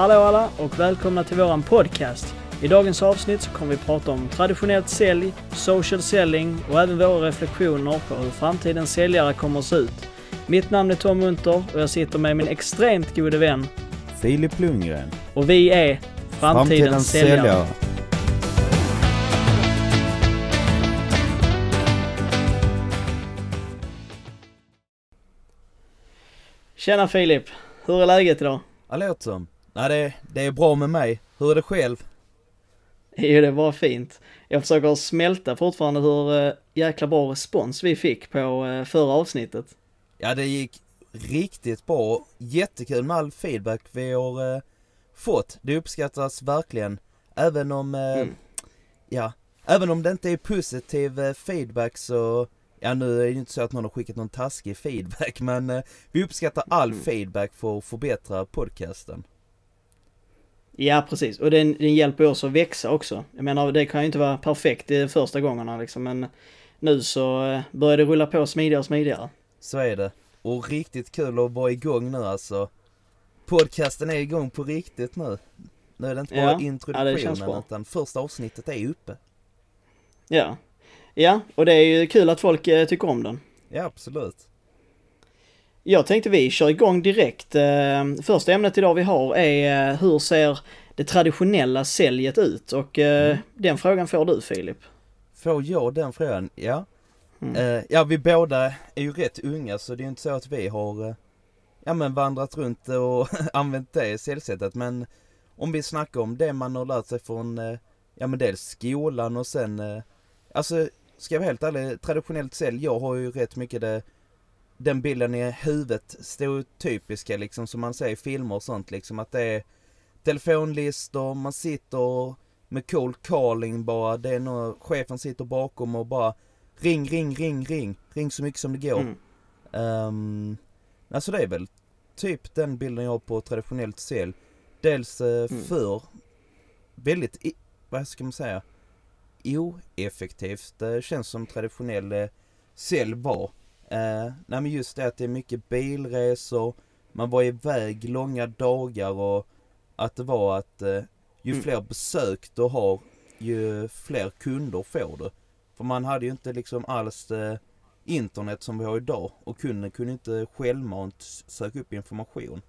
Hallå alla och välkomna till våran podcast. I dagens avsnitt så kommer vi prata om traditionellt sälj, social selling och även våra reflektioner på hur framtidens säljare kommer att se ut. Mitt namn är Tom Munter och jag sitter med min extremt gode vän Filip Lundgren. Och vi är framtidens säljare. Tjena Filip, hur är läget idag? Hallå Tom. Nej, det är bra med mig. Hur är det själv? Jo, det var fint. Jag försöker smälta fortfarande hur jäkla bra respons vi fick på förra avsnittet. Ja, det gick riktigt bra. Jättekul med all feedback vi har fått. Det uppskattas verkligen. Även om det inte är positiv feedback så... Ja, nu är det ju inte så att någon har skickat någon taskig feedback, men vi uppskattar all feedback för att förbättra podcasten. Ja, precis. Och den hjälper oss att växa också. Jag menar, det kan ju inte vara perfekt i första gångerna liksom, men nu så börjar det rulla på smidigare och smidigare. Så är det. Och riktigt kul att vara igång nu alltså. Podcasten är igång på riktigt nu. Nu är det inte bara introduktionen utan första avsnittet är uppe. Ja, och det är ju kul att folk tycker om den. Ja, absolut. Jag tänkte vi kör igång direkt. Första ämnet idag vi har är hur ser det traditionella säljet ut? Och den frågan får du, Filip. Får jag den frågan? Ja. Ja, vi båda är ju rätt unga så det är ju inte så att vi har vandrat runt och använt det säljsättet. Men om vi snackar om det man har lärt sig från dels skolan och sen... ska jag vara helt ärlig, traditionellt sälj, jag har ju rätt mycket den bilden i huvudet, stereotypiska liksom, som man säger i filmer och sånt liksom, att det är telefonlistor, man sitter med cold calling bara, det är nog chefen sitter bakom och bara ring så mycket som det går. Alltså det är väl typ den bilden jag har på traditionellt sälj. Dels för väldigt, vad ska man säga, oeffektivt. Det känns som traditionell sälj var. Men just det att det är mycket bilresor, man var iväg långa dagar och att det var att ju fler besök du har, ju fler kunder får du. För man hade ju inte liksom alls internet som vi har idag och kunde inte självmant söka upp information.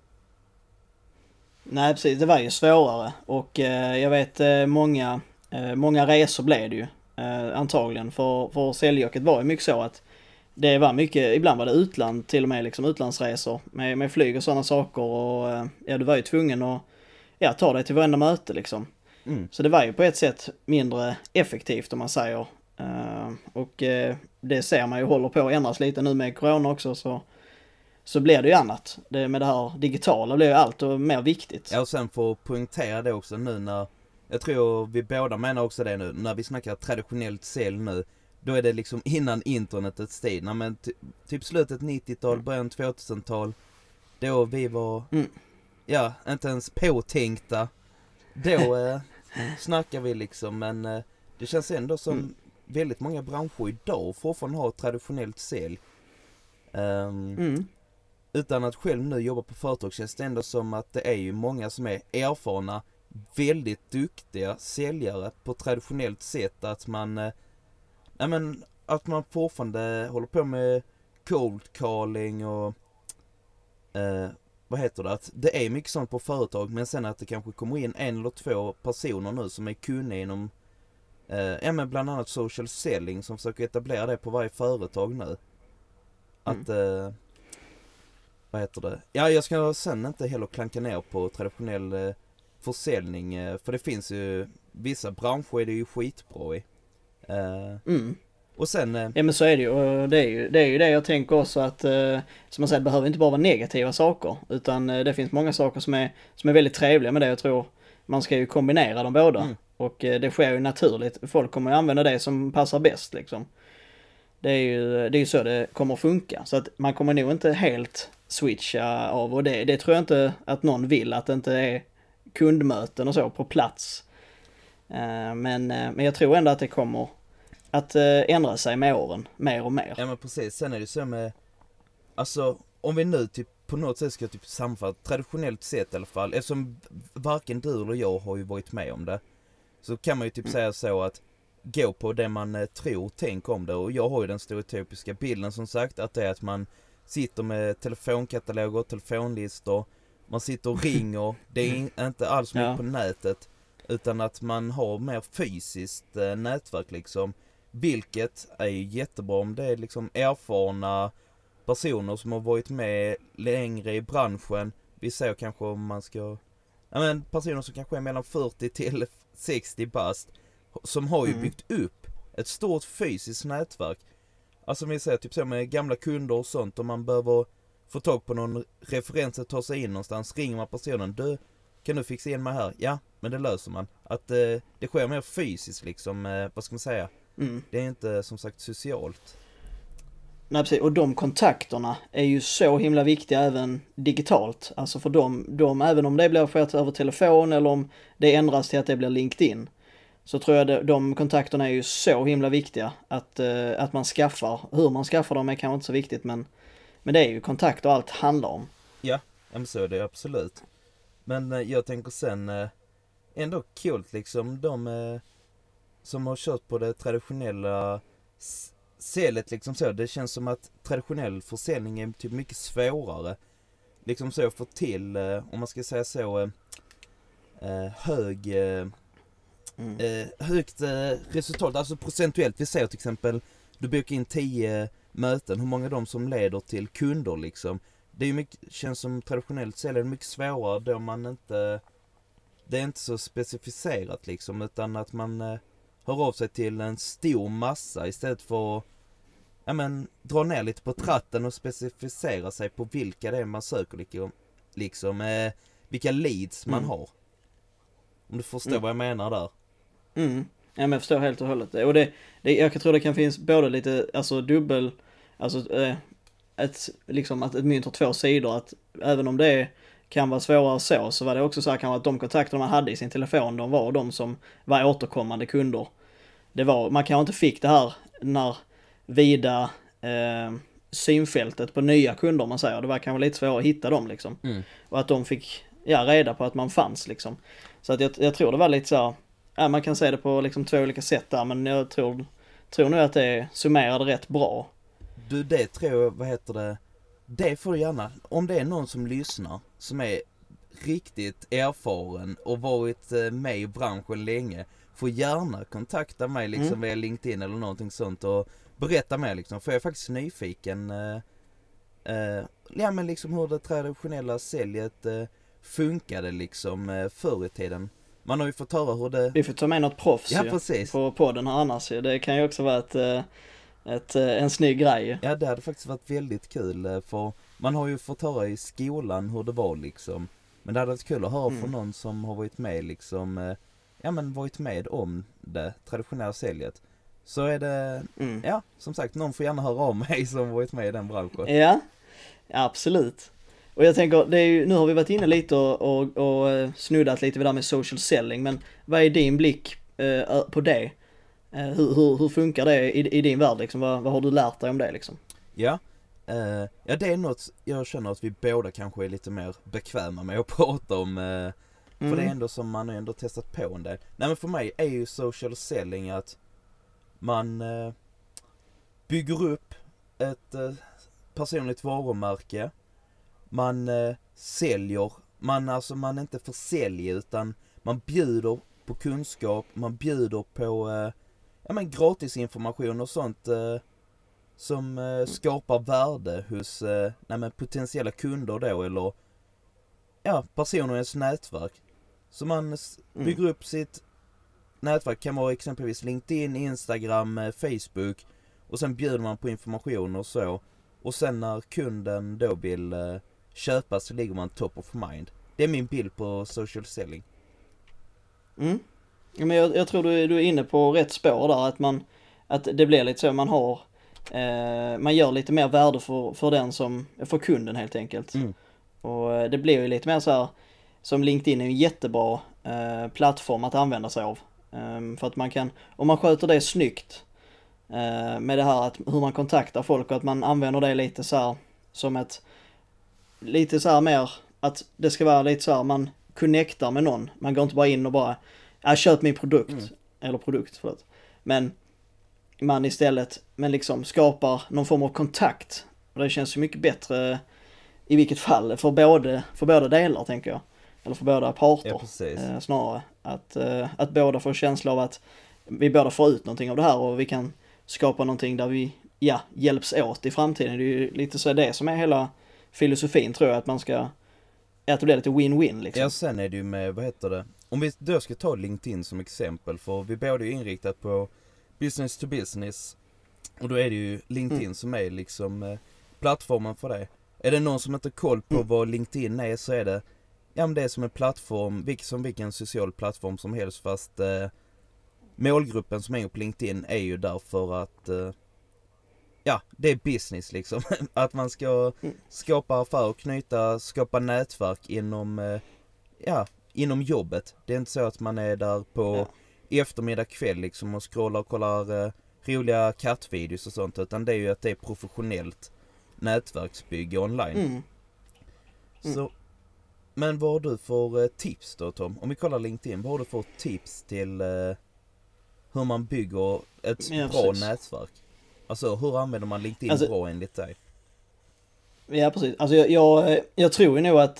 Nej, precis. Det var ju svårare och jag vet många resor blev det ju antagligen för säljjocket var ju mycket så att det var mycket, ibland var det utland till och med liksom utlandsresor med flyg och sådana saker och du var ju tvungen att ta dig till varenda möte liksom. Så det var ju på ett sätt mindre effektivt om man säger och det ser man ju håller på att ändras lite nu med corona också så blir det ju annat. Det med det här digitala blir ju allt och mer viktigt. Ja, och sen för att poängtera det också nu när jag tror vi båda menar också det nu. När vi snackar traditionellt sälj nu. Då är det liksom innan internetets tid. Men typ slutet 90-tal, början 2000-tal. Då vi var inte ens påtänkta. Då snackar vi liksom. Men det känns ändå som väldigt många branscher idag fortfarande har traditionellt sälj. Utan att själv nu jobba på företag känns det ändå som att det är ju många som är erfarna, väldigt duktiga säljare på traditionellt sätt att man fortfarande håller på med cold calling och att det är mycket sånt på företag men sen att det kanske kommer in en eller två personer nu som är kunniga inom bland annat social selling som försöker etablera det på varje företag nu. Att Ja, jag ska sen inte heller klanka ner på traditionell försäljning för det finns ju vissa branscher är det ju skitbra i. Och sen ja, men så är det ju och det är ju det jag tänker också att som man säger, det behöver inte bara vara negativa saker utan det finns många saker som är väldigt trevliga med det. Jag tror man ska ju kombinera dem båda och det sker ju naturligt. Folk kommer ju använda det som passar bäst liksom. Det är ju så det kommer att funka så att man kommer nog inte helt switcha av och det tror jag inte att någon vill, att det inte är kundmöten och så på plats. Men jag tror ändå att det kommer att ändra sig med åren mer och mer. Ja men precis, sen är det så med alltså om vi nu typ på något sätt ska jag typ sammanfatta, traditionellt sett i alla fall, eftersom varken du eller jag har ju varit med om det, så kan man ju typ säga så att gå på det man tror, tänk om det. Och jag har ju den stereotypiska bilden som sagt, att det är att man sitter med telefonkataloger, telefonlistor, man sitter och ringer, det är inte alls mycket på nätet, utan att man har mer fysiskt nätverk liksom, vilket är ju jättebra om det är liksom erfarna personer som har varit med längre i branschen. Vi ser kanske om man ska, personer som kanske är mellan 40 till 60 bast, som har ju byggt upp ett stort fysiskt nätverk. Alltså vi säger typ så med gamla kunder och sånt, om man behöver få tag på någon referens att ta sig in någonstans, ringer man personen, du, kan du fixa in mig här? Ja, men det löser man. Att det sker mer fysiskt liksom, vad ska man säga? Det är inte som sagt socialt. Nej, precis. Och de kontakterna är ju så himla viktiga även digitalt. Alltså för dem även om det blir skett över telefon eller om det ändras till att det blir LinkedIn, så tror jag de kontakterna är ju så himla viktiga att man skaffar. Hur man skaffar dem är kanske inte så viktigt, men det är ju kontakter allt handlar om. Ja, men så är det absolut. Men jag tänker sen ändå kul liksom, de som har kört på det traditionella säljet liksom så. Det känns som att traditionell försäljning är typ mycket svårare. Liksom så att få till, om man ska säga så, högt resultat. Alltså procentuellt, vi säger till exempel, du bokar in 10 möten, hur många av dem som leder till kunder liksom. Det är ju mycket, känns som traditionellt sälj är mycket svårare då man inte, det är inte så specificerat liksom, utan att man hör av sig till en stor massa istället för att dra ner lite på tratten och specificera sig på vilka det är man söker liksom, vilka leads man har. Om du förstår vad jag menar där. Ja, men jag förstår helt och hållet. Och jag tror det kan finnas både lite, alltså dubbel, alltså ett mynt har två sidor, att även om det kan vara svårare så var det också så här, kan att de kontakter man hade i sin telefon, de var de som var återkommande kunder. Man kanske inte fick det här när vida synfältet på nya kunder, man säger. Det var kanske lite svårare att hitta dem liksom. Och att de fick reda på att man fanns liksom. Så att jag tror det var lite så här, man kan säga det på liksom 2 olika sätt där, men jag tror nog att det summerade rätt bra. Du, det tror jag, det får du gärna, om det är någon som lyssnar som är riktigt erfaren och varit med i branschen länge, får gärna kontakta mig liksom via LinkedIn eller någonting sånt och berätta mer liksom, för jag är faktiskt nyfiken liksom hur det traditionella säljet funkade liksom förr i tiden. Man har ju fått höra hur det... Vi får ta med något proffs på podden här annars. Det kan ju också vara en snygg grej. Ja, det hade faktiskt varit väldigt kul, för man har ju fått höra i skolan hur det var liksom. Men det hade varit kul att höra från någon som har varit med liksom, varit med om det traditionella säljet. Så är det, som sagt, någon får gärna höra av mig som har varit med i den branschen. Ja, absolut. Och jag tänker, nu har vi varit inne lite och snuddat lite vid det där med social selling, men vad är din blick på det? Hur funkar det i din värld liksom? Vad har du lärt dig om det liksom? Ja, det är något jag känner att vi båda kanske är lite mer bekväma med att prata om, för det är ändå som man har ändå testat på en del. Nej, men för mig är ju social selling att man bygger upp ett personligt varumärke, man säljer, man inte försäljer, utan man bjuder på kunskap, man bjuder på gratis information och sånt som skapar värde hos potentiella kunder då, eller personer i ens nätverk. Så man bygger upp sitt nätverk, kan vara exempelvis LinkedIn, Instagram, Facebook, och sen bjuder man på information och så. Och sen när kunden då vill köpa, så ligger man top of mind. Det är min bild på social selling. Men jag tror du är inne på rätt spår där, att det blir lite så, man gör lite mer värde för kunden helt enkelt. Och det blir ju lite mer så här, som LinkedIn är en jättebra plattform att använda sig av. För att man kan, om man sköter det snyggt med det här hur man kontaktar folk, och att man använder det lite så här som ett lite så här mer att det ska vara lite så här man connectar med någon. Man går inte bara in och bara köp min produkt. Eller produkt, förlåt. Men man istället liksom skapar någon form av kontakt. Och det känns ju mycket bättre i vilket fall för båda delar, tänker jag. Eller för båda parter. Ja, snarare. Att båda får känsla av att vi båda får ut någonting av det här och vi kan skapa någonting där vi hjälps åt i framtiden. Det är ju lite så det som är hela filosofin, tror jag, att man ska, att det blir lite win-win liksom. Ja, sen är det ju med, vad heter det? Om vi då ska ta LinkedIn som exempel, för vi båda är ju inriktat på business to business. Och då är det ju LinkedIn som är liksom plattformen för det. Är det någon som inte har koll på vad LinkedIn är, så är det, men det är som en plattform, vilken social plattform som helst, fast målgruppen som är på LinkedIn är ju därför att det är business liksom. Att man ska skapa affärer, skapa nätverk inom jobbet. Det är inte så att man är där på eftermiddag kväll liksom och scrollar och kollar roliga kattvideos och sånt, utan det är ju att det är professionellt nätverksbygge online. Så, men vad har du för tips då, Tom? Om vi kollar LinkedIn, vad har du för tips till hur man bygger ett bra nätverk? Alltså, hur använder man LinkedIn bra enligt dig? Ja, precis. Alltså, jag tror ju nog att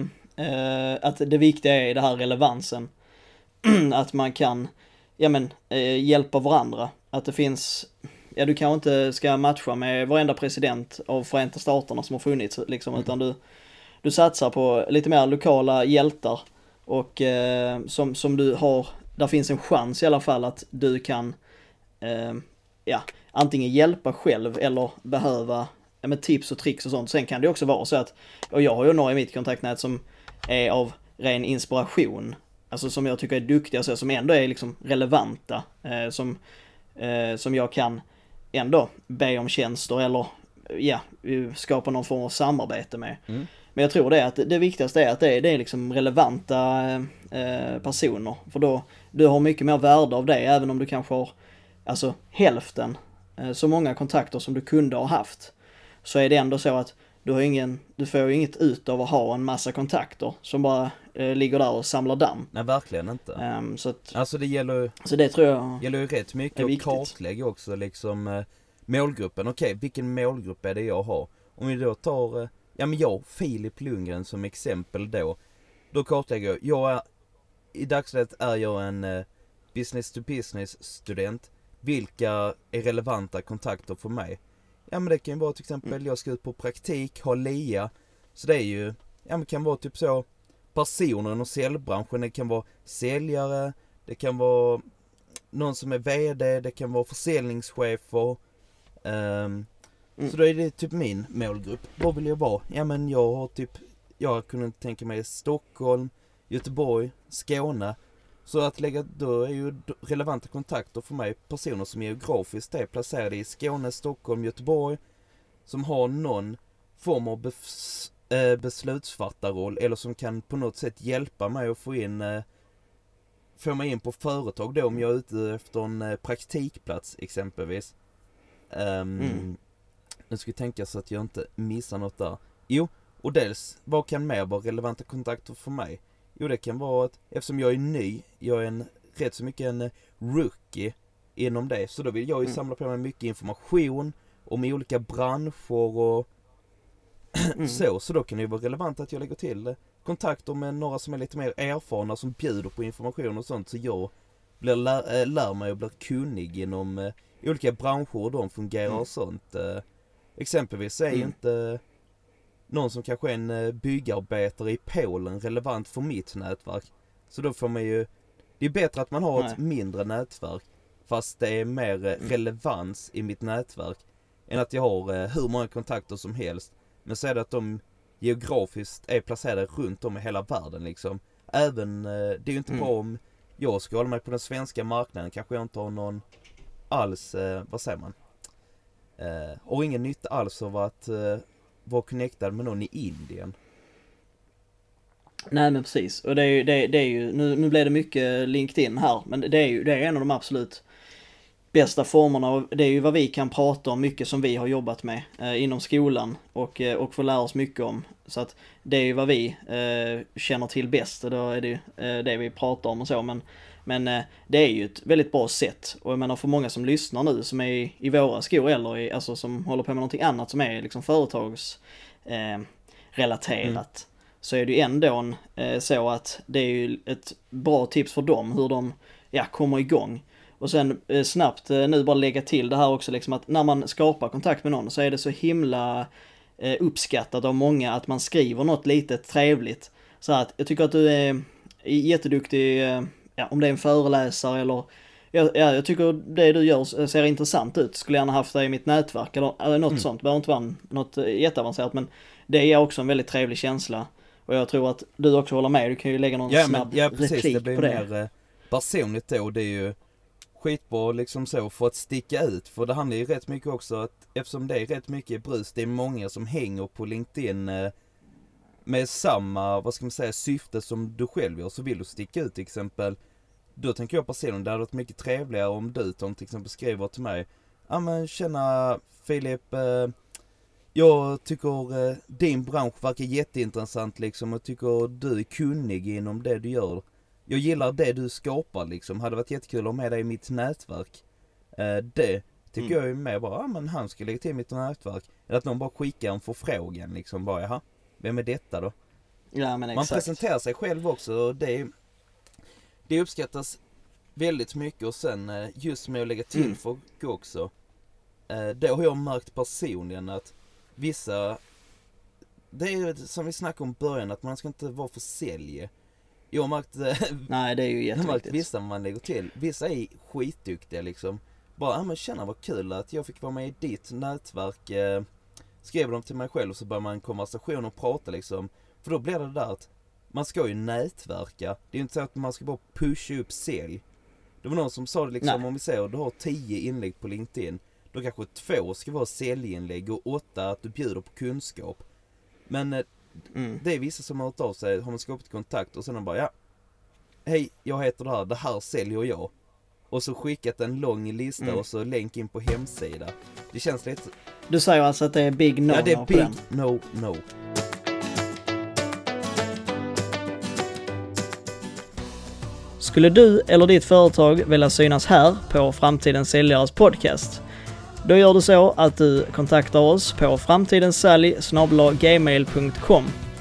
det viktiga är det här relevansen. Att man kan hjälpa varandra. Att det finns, du kanske inte ska matcha med varenda president av Förenta Staterna som har funnits liksom, utan du satsar på lite mer lokala hjältar och som du har, där finns en chans i alla fall att du kan antingen hjälpa själv eller behöva med tips och tricks och sånt. Sen kan det också vara så att, och jag har ju några i mitt kontaktnät som är av ren inspiration, alltså som jag tycker är duktiga, så som ändå är liksom relevanta, som jag kan ändå be om tjänster eller skapa någon form av samarbete med. Men jag tror att det viktigaste är att det är liksom relevanta personer, för då du har mycket mer värde av det, även om du kanske har hälften så många kontakter som du kunde ha haft, så är det ändå så att du får ju inget ut av att ha en massa kontakter som bara ligger där och samlar damm. Nej, verkligen inte. Så att, alltså det gäller, så det tror jag gäller ju rätt mycket att kartlägga också liksom målgruppen. Okej, vilken målgrupp är det jag har? Om vi då tar Filip Lundgren som exempel då kartlägger jag i dagsläget är jag en business to business student. Vilka är relevanta kontakter för mig? Ja, men det kan ju vara till exempel jag ska ut på praktik, ha LIA. Så det är ju, det kan vara typ så personer inom säljbranschen, det kan vara säljare, det kan vara någon som är vd, det kan vara försäljningschefer. Så då är det typ min målgrupp. Vad vill jag vara? Ja, men jag kunde tänka mig Stockholm, Göteborg, Skåne. Så att då är ju relevanta kontakter för mig personer som geografiskt är placerade i Skåne, Stockholm, Göteborg, som har någon form av beslutsfattarroll eller som kan på något sätt hjälpa mig att få mig in på företag då, om jag är ute efter en praktikplats exempelvis. Nu ska jag tänka så att jag inte missar något där. Jo, och dels, vad kan mer vara relevanta kontakter för mig? Jo, det kan vara att eftersom jag är ny, jag är rätt så mycket en rookie inom det, så då vill jag ju samla på mig mycket information om olika branscher och så då kan det ju vara relevant att jag lägger till kontakter med några som är lite mer erfarna som bjuder på information och sånt, så jag lär mig och blir kunnig inom olika branscher och de fungerar och sånt. Exempelvis är inte någon som kanske är en byggarbetare i Polen relevant för mitt nätverk. Så då får man ju, det är bättre att man har ett mindre nätverk fast det är mer relevans i mitt nätverk än att jag har hur många kontakter som helst. Men så är det att de geografiskt är placerade runt om i hela världen liksom. Även, det är ju inte bra om jag ska hålla mig på den svenska marknaden, kanske jag inte har någon alls, vad säger man? Och ingen nytta alls av att vara connectad med någon i Indien. Nej, men precis. Och det är ju nu blev det mycket LinkedIn här, men det är en av de absolut bästa formerna, och det är ju vad vi kan prata om, mycket som vi har jobbat med inom skolan och få lära oss mycket om. Så att det är ju vad vi känner till bäst, och då är det ju det vi pratar om och så, men det är ju ett väldigt bra sätt, och jag menar för många som lyssnar nu som är i våra skor eller alltså som håller på med någonting annat som är liksom företags relaterat, så är det ju ändå så att det är ju ett bra tips för dem hur de kommer igång. Och sen snabbt nu bara lägga till det här också, liksom att när man skapar kontakt med någon så är det så himla uppskattat av många att man skriver något lite trevligt. Så att jag tycker att du är jätteduktig, om det är en föreläsare eller jag tycker det du gör ser intressant ut. Skulle gärna haft det i mitt nätverk eller något sånt. Det behöver inte vara något jätteavancerat, men det är också en väldigt trevlig känsla. Och jag tror att du också håller med. Du kan ju lägga någon snabb replik det blir på det. Mer personligt då. Det är ju skitbra liksom så för att sticka ut. För det handlar ju rätt mycket också att eftersom det är rätt mycket brus, det är många som hänger på LinkedIn med samma, vad ska man säga, syfte som du själv gör, så vill du sticka ut till exempel. Då tänker jag personligen, det hade varit mycket trevligare om du till exempel skriver till mig: ja men tjena Filip, jag tycker din bransch verkar jätteintressant liksom, och tycker du är kunnig inom det du gör. Jag gillar det du skapar liksom, hade varit jättekul att ha med dig i mitt nätverk. Det tycker jag är med bara, men han ska lägga till mitt nätverk. Eller att någon bara skickar en förfrågan liksom, bara jaha, vem är detta då? Ja, men man presenterar sig själv också, och det uppskattas väldigt mycket. Och sen just med att lägga till folk också, det har jag märkt personligen att vissa, det är som vi snackade om i början, att man ska inte vara för sälj. Jag har märkt, nej, det är ju jätteviktigt. Vissa man lägger till, vissa är skitduktiga liksom. Bara, men känna vad kul att jag fick vara med i ditt nätverk. Skrev de till mig själv, och så börjar man en konversation och prata liksom. För då blir det där att man ska ju nätverka. Det är ju inte så att man ska bara pusha upp sälj. Det var någon som sa det liksom, om vi säger du har 10 inlägg på LinkedIn, då kanske 2 ska vara säljinlägg och 8 att du bjuder på kunskap. Men det är vissa som har hört av sig, har man skapat kontakt och sen bara, ja, hej, jag heter det här säljer jag. Och så skickat en lång lista och så länk in på hemsida. Det känns lite... Du säger alltså att det är big no-no? Ja, det är big no-no. Skulle du eller ditt företag vilja synas här på Framtidens Säljares podcast? Då gör du så att du kontaktar oss på framtidensalli@gmail.com.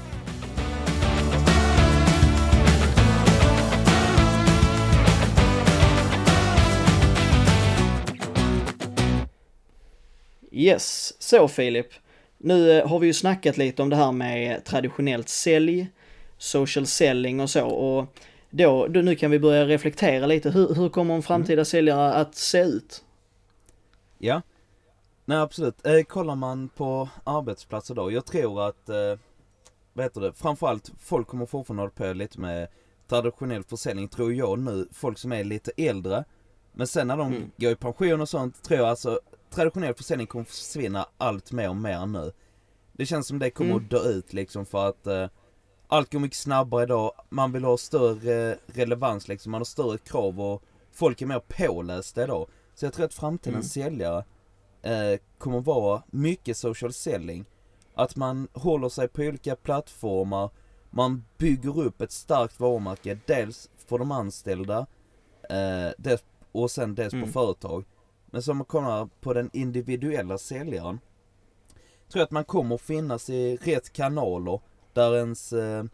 Yes, så Filip. Nu har vi ju snackat lite om det här med traditionellt sälj, social selling och så, och då nu kan vi börja reflektera lite. Hur kommer en framtida säljare att se ut? Ja, nej absolut. Kollar man på arbetsplatser då, jag tror att framförallt folk kommer fortfarande hålla på lite med traditionell försäljning, tror jag nu, folk som är lite äldre. Men sen när de går i pension och sånt, tror jag alltså traditionell försäljning kommer försvinna allt mer och mer nu. Det känns som det kommer att dö ut liksom, för att allt går mycket snabbare idag. Man vill ha större relevans liksom, man har större krav och folk är mer pålästa idag. Så jag tror att framtidens säljare kommer vara mycket social selling. Att man håller sig på olika plattformar, man bygger upp ett starkt varumärke, dels för de anställda och sen dels på företag. Men som man kommer på den individuella säljaren, tror jag att man kommer att finnas i rätt kanaler där ens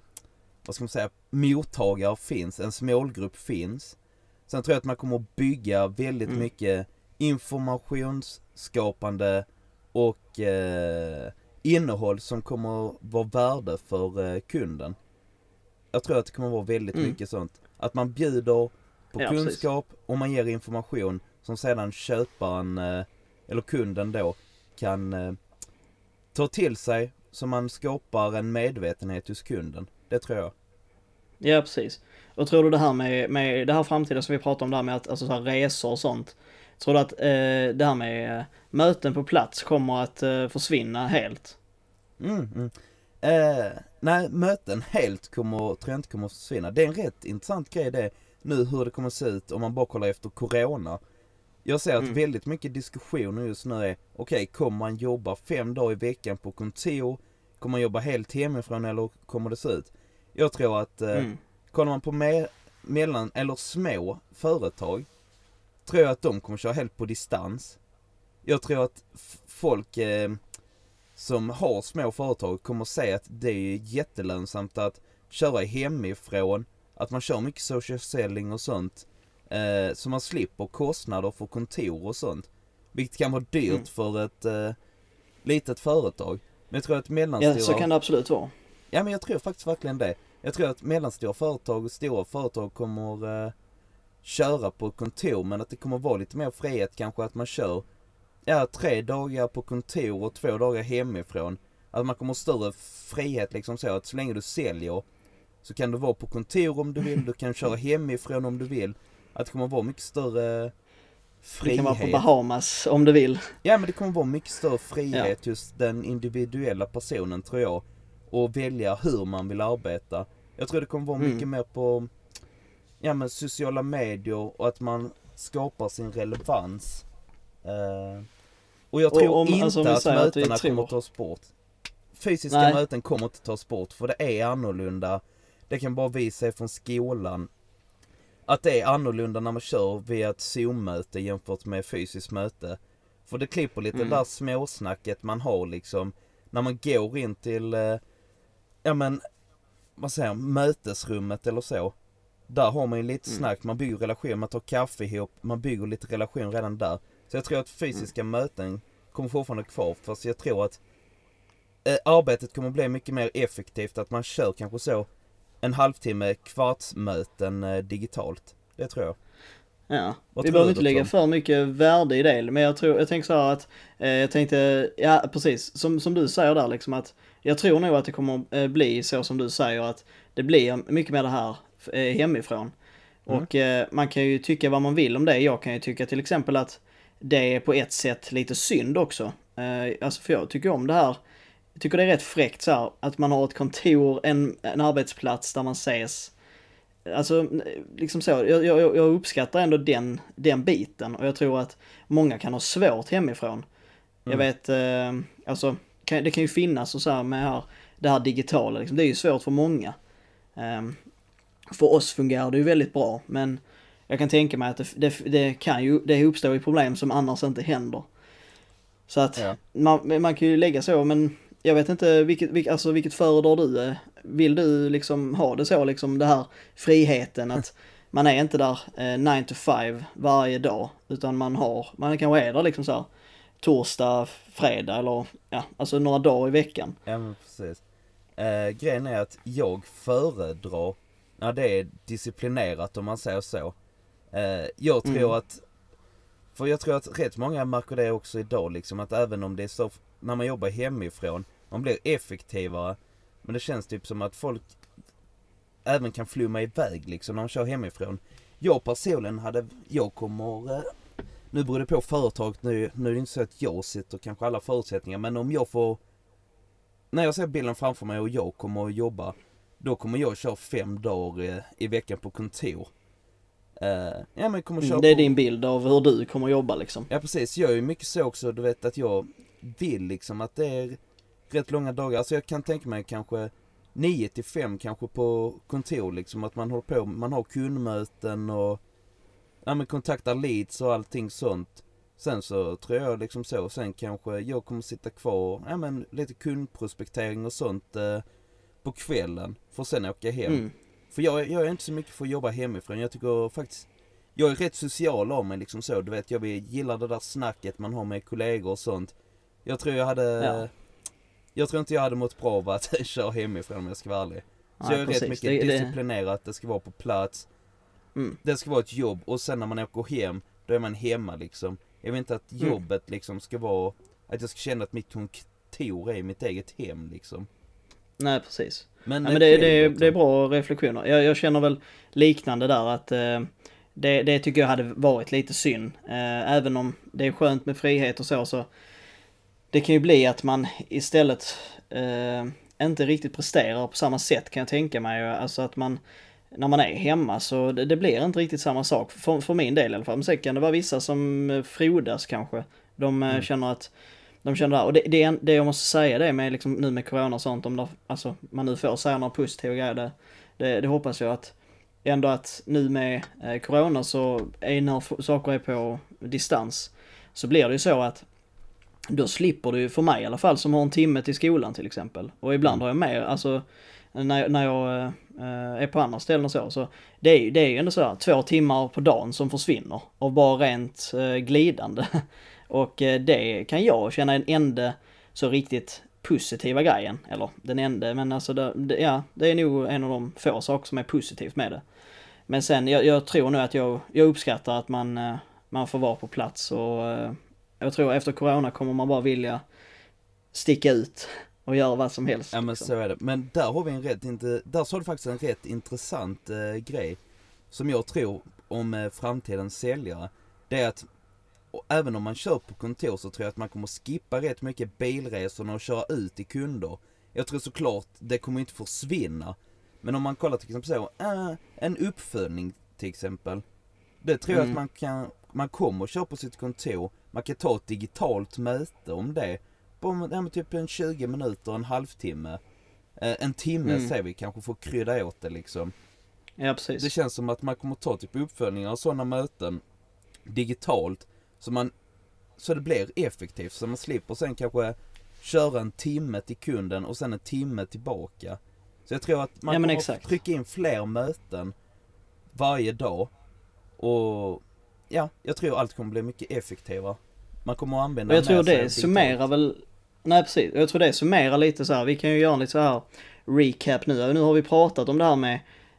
mottagare finns, ens målgrupp finns. Sen tror jag att man kommer att bygga väldigt mycket informationsskapande och innehåll som kommer att vara värde för kunden. Jag tror att det kommer att vara väldigt mycket sånt. Att man bjuder på kunskap och man ger information som sedan köparen eller kunden då kan ta till sig, så man skapar en medvetenhet hos kunden. Det tror jag. Ja, precis. Och tror du det här med det här framtiden som vi pratar om där med att alltså så här resor och sånt, tror du att det här med möten på plats kommer att försvinna helt? Nej, möten helt tror jag inte kommer att försvinna. Det är en rätt intressant grej det nu, hur det kommer att se ut om man bara kollar efter corona. Jag ser att väldigt mycket diskussioner just nu är okej, kommer man jobba 5 dagar i veckan på kontor? Kommer man jobba helt hemifrån eller kommer det se ut? Jag tror att kollar man på mellan eller små företag, tror jag att de kommer köra helt på distans. Jag tror att folk som har små företag kommer säga att det är jättelönsamt att köra hemifrån, att man kör mycket social selling och sånt, så man slipper kostnader för kontor och sånt, vilket kan vara dyrt för ett litet företag. Men jag tror att mellanstora... Ja, så kan det absolut vara. Ja, men jag tror faktiskt verkligen det. Jag tror att mellanstora företag och stora företag kommer köra på kontor, men att det kommer vara lite mer frihet, kanske att man kör 3 dagar på kontor och 2 dagar hemifrån. Att man kommer ha större frihet liksom, så att så länge du säljer så kan du vara på kontor om du vill, du kan köra hemifrån om du vill. Att det kommer vara mycket större frihet. Du kan vara på Bahamas om du vill. Ja, men det kommer vara mycket större frihet just den individuella personen, tror jag, och välja hur man vill arbeta. Jag tror det kommer vara mycket mer på sociala medier och att man skapar sin relevans. Och jag tror inte att mötena kommer att tas bort. Fysiska möten kommer inte att tas bort, för det är annorlunda. Det kan bara visa sig från skolan att det är annorlunda när man kör via ett Zoom-möte jämfört med fysiskt möte. För det klipper lite där småsnacket man har liksom när man går in till mötesrummet eller så. Där har man ju lite snack, man bygger relation, man tar kaffe ihop, man bygger lite relation redan där. Så jag tror att fysiska möten kommer fortfarande kvar, fast jag tror att arbetet kommer bli mycket mer effektivt, att man kör kanske så en halvtimme kvartsmöten digitalt. Det tror jag. Ja, vi behöver inte lägga för mycket värde i det, men jag tänker så här att precis som du säger där liksom, att jag tror nog att det kommer bli så som du säger, att det blir mycket mer det här hemifrån. Och man kan ju tycka vad man vill om det. Jag kan ju tycka till exempel att det är på ett sätt lite synd också. Alltså för jag tycker om det här. Jag tycker det är rätt fräckt så här, att man har ett kontor, en arbetsplats där man ses. Alltså liksom så, jag uppskattar ändå den biten, och jag tror att många kan ha svårt hemifrån. Jag vet, alltså det kan ju finnas och så här med det här digitala liksom. Det är ju svårt för många. För oss fungerar det ju väldigt bra, men jag kan tänka mig att det uppstår ju problem som annars inte händer. Så att man kan ju lägga så, men jag vet inte vilket föredrar du? Vill du liksom ha det så, liksom det här friheten att man är inte där 9 to 5 varje dag, utan man kanske är där liksom så här torsdag, fredag eller alltså några dagar i veckan. Ja, men precis. Grejen är att jag föredrar när det är disciplinerat, om man säger så. Jag tror att rätt många märker det också idag liksom, att även om det är så när man jobbar hemifrån, man blir effektivare, men det känns typ som att folk även kan flumma iväg liksom när man kör hemifrån. Jag personligen nu beror det på företaget, nu är det inte så att jag sitter kanske alla förutsättningar, men om jag får, när jag ser bilden framför mig och jag kommer att jobba, då kommer jag köra 5 dagar i veckan på kontor. Men kommer köra det är din bild av hur du kommer att jobba liksom. Ja, precis. Jag är ju mycket så också, du vet, att jag vill liksom att det är rätt långa dagar. Alltså jag kan tänka mig kanske 9-5 kanske på kontor liksom, att man har kundmöten och kontaktar leads och allting sånt. Sen så tror jag liksom så, sen kanske jag kommer sitta kvar lite kundprospektering och sånt på kvällen, för sen åka hem. För jag är inte så mycket för att jobba hemifrån. Jag tycker faktiskt, jag är rätt social av mig liksom så, du vet, jag gillar det där snacket man har med kollegor och sånt. Jag tror inte jag hade mått bra av att köra hemifrån, om jag ska vara ärlig. Så jag är rätt mycket disciplinerad, det ska vara på plats. Det ska vara ett jobb, och sen när man åker hem, då är man hemma liksom. Jag vill inte att jobbet liksom ska vara, att jag ska känna att mitt kontor är mitt eget hem liksom. Nej, precis. Men det är bra reflektioner. Jag känner väl liknande där, att det tycker jag hade varit lite synd. Även om det är skönt med frihet och så det kan ju bli att man istället inte riktigt presterar på samma sätt, kan jag tänka mig. Alltså att man när man är hemma, så det blir inte riktigt samma sak för min del i alla fall. Men sen kan det vara vissa som frodas kanske. De känner att och det jag måste säga det med liksom, nu med corona och sånt, om alltså, man nu får säga några positiva grejer, det hoppas jag att ändå att nu med corona så är när saker är på distans, så blir det ju så att då slipper du, för mig i alla fall, som har en timme till skolan till exempel. Och ibland har jag med, alltså när jag är på andra ställen och så det är ju ändå så här, 2 timmar på dagen som försvinner och bara rent glidande. Och det kan jag känna den enda så riktigt positiva grejen, eller den enda, men alltså det är nog en av de få saker som är positivt med det. Men sen jag tror nu att jag uppskattar att man får vara på plats, och jag tror efter corona kommer man bara vilja sticka ut och göra vad som helst. Ja, men liksom. så är det. Men där har vi där sa du faktiskt en rätt intressant grej som jag tror om framtidens säljare. Det är att även om man kör på kontor, så tror jag att man kommer skippa rätt mycket bilresorna och köra ut i kunder. Jag tror såklart det kommer inte försvinna. Men om man kollar till exempel så, en uppföljning till exempel. Det tror jag att man kommer att köra på sitt kontor. Man kan ta ett digitalt möte om det. På typ en 20 minuter, en halvtimme. En timme säger vi, kanske får krydda åt det liksom. Ja, precis. Det känns som att man kommer ta typ uppföljningar och sådana möten digitalt. Så det blir effektivt. Så man slipper sen kanske köra en timme till kunden och sen en timme tillbaka. Så jag tror att man kommer att trycka in fler möten varje dag. Och ja, jag tror allt kommer bli mycket effektivare. Man kommer att använda. Och jag tror det summerar väl. Nej, precis. Jag tror det summerar lite så här. Vi kan ju göra en lite så här recap nu. Nu har vi pratat om det här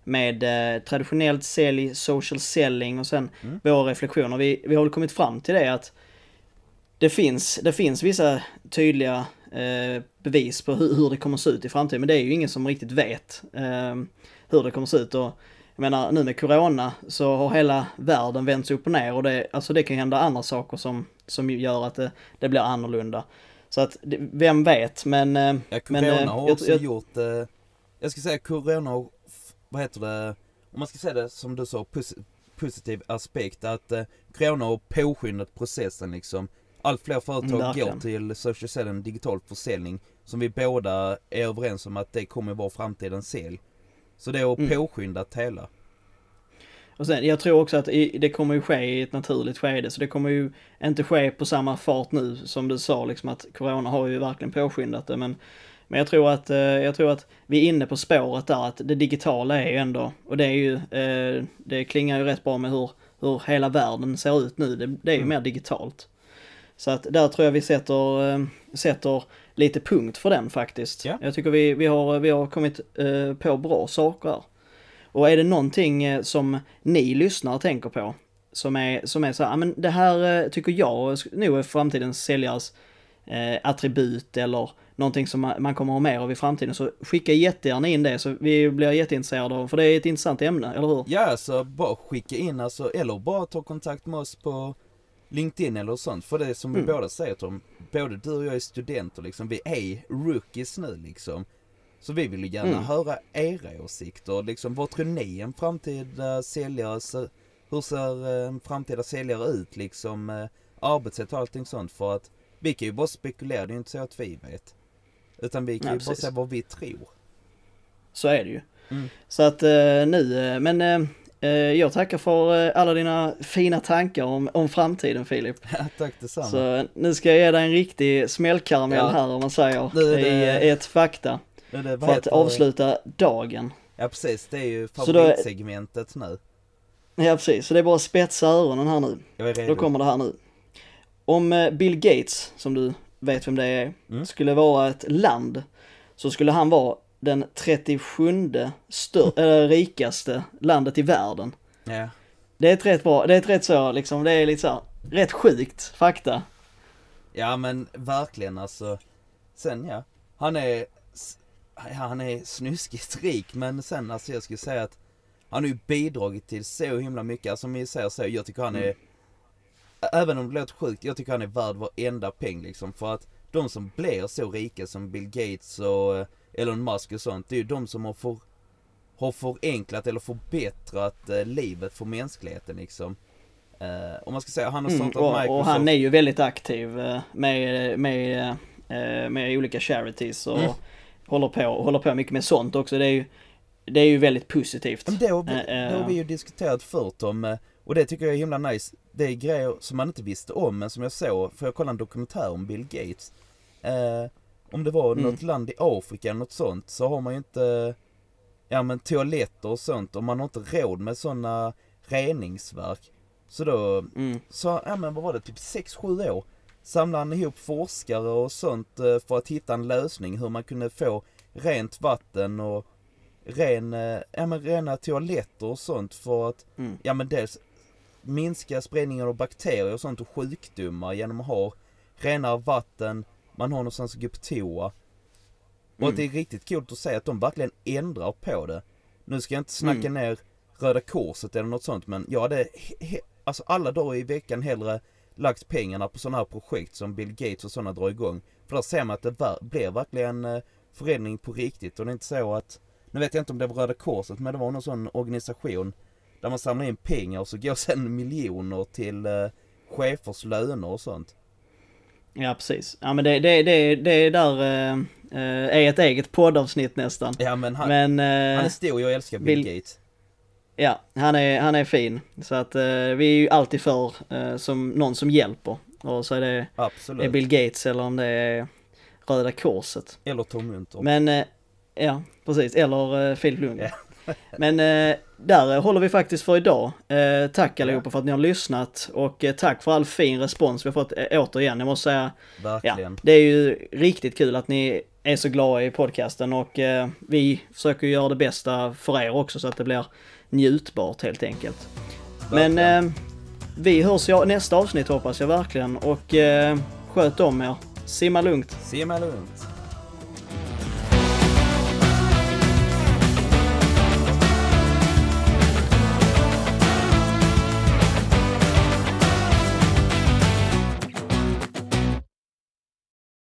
med traditionellt sälj, social selling och sen våra reflektioner. Vi har väl kommit fram till det att det finns vissa tydliga bevis på hur det kommer att se ut i framtiden. Men det är ju ingen som riktigt vet hur det kommer att se ut. Och jag menar, nu med corona så har hela världen vänts upp och ner. Och det kan hända andra saker som gör att det blir annorlunda. Så att, vem vet, men... Ja, corona har också gjort... jag ska säga corona, vad heter det? Om man ska säga det som du sa, positiv aspekt. Att corona har påskyndat processen liksom. Allt fler företag går till social selling, digital försäljning. Som vi båda är överens om att det kommer vara framtidens sälj. Så det har påskyndat hela. Och sen, jag tror också att det kommer ju ske i ett naturligt skede. Så det kommer ju inte ske på samma fart nu som du sa. Liksom att corona har ju verkligen påskyndat det. Men jag tror att vi är inne på spåret där. Att det digitala är ju ändå... Och det är ju... det klingar ju rätt bra med hur hela världen ser ut nu. Det är ju mer digitalt. Så att där tror jag vi sätter lite punkt för den faktiskt. Yeah. Jag tycker vi har kommit på bra saker här. Och är det någonting som ni lyssnare tänker på som är så här, men det här tycker jag nog är framtidens säljares attribut eller någonting som man kommer ha mer av i framtiden, så skicka jättegärna in det, så vi blir jätteintresserade av, för det är ett intressant ämne, eller hur? Ja, så bara skicka in eller bara ta kontakt med oss på LinkedIn eller sånt, för det är som vi båda säger, Tom, både du och jag är studenter liksom, vi är rookies nu liksom. Så vi vill ju gärna höra era åsikter. Liksom, vad tror ni en framtida säljare, hur ser en framtida säljare ut? Liksom, arbetssätt och allting sånt. För att vi kan ju bara spekulera, det är inte så att vi vet. Utan vi kan ju bara säga vad vi tror. Så är det ju. Så att jag tackar för alla dina fina tankar om framtiden, Filip. Ja, tack detsamma. Så nu ska jag ge dig en riktig smällkaramell här, om man säger, i ett fakta. För att avsluta dagen. Ja, precis. Det är ju favoritsegmentet nu. Ja, precis. Så det är bara att spetsa öronen här nu. Jag är redo. Då kommer det här nu. Om Bill Gates, som du vet vem det är, skulle vara ett land, så skulle han vara den 37:e rikaste landet i världen. Ja. Det är ett rätt bra, det är ett rätt så, liksom, det är lite så rätt sjukt fakta. Ja, men verkligen alltså. Sen han är snuskigt rik, men sen alltså jag skulle säga att han har ju bidragit till så himla mycket. Alltså om jag säger så, jag tycker han är, även om det låter sjukt, jag tycker han är värd varenda peng liksom. För att de som blir så rika som Bill Gates och Elon Musk och sånt, det är ju de som har har förenklat eller förbättrat livet för mänskligheten liksom. Om man ska säga, han har startat Microsoft. Och han är ju väldigt aktiv med olika charities och håller på mycket med sånt också. Det är ju väldigt positivt. Men det har vi ju diskuterat förut om, och det tycker jag är himla nice. Det är grejer som man inte visste om, men som jag såg, för jag kollade en dokumentär om Bill Gates. Om det var något land i Afrika eller något sånt, så har man ju inte toaletter och sånt, och man har inte råd med sådana reningsverk. Så då, vad var det, typ 6-7 år samlade han ihop forskare och sånt för att hitta en lösning hur man kunde få rent vatten och rena toaletter och sånt för att dels minska spridningen av bakterier och sånt och sjukdomar genom att ha renare vatten, man har någonstans att gå på toa. Och att det är riktigt coolt att säga att de verkligen ändrar på det. Nu ska jag inte snacka ner Röda Korset eller något sånt, men jag hade alltså alla dagar i veckan hellre lagt pengarna på sådana här projekt som Bill Gates och sådana drar igång. För då ser man att det blir verkligen förändring på riktigt. Och det är inte så att, nu vet jag inte om det var Röda Korset, men det var någon sån organisation där man samlar in pengar och så går sen miljoner till chefers löner och sånt. Ja, precis. Ja, men det där är ett eget poddavsnitt nästan. Ja, men han är stor, jag älskar Bill Gates. Ja, han är fin. Så att vi är ju alltid för som någon som hjälper. Och så är det är Bill Gates eller om det är Röda Korset. Eller Tom Munter. Men ja, precis. Eller Filip Lundgren. Ja. Men där håller vi faktiskt för idag. Tack allihopa för att ni har lyssnat. Och tack för all fin respons vi har fått återigen. Jag måste säga, verkligen. Det är ju riktigt kul att ni är så glada i podcasten. Och vi försöker göra det bästa för er också så att det blir njutbart helt enkelt. Verkligen. Men vi hörs nästa avsnitt hoppas jag verkligen. Och sköt om er. Simma lugnt. Simma lugnt.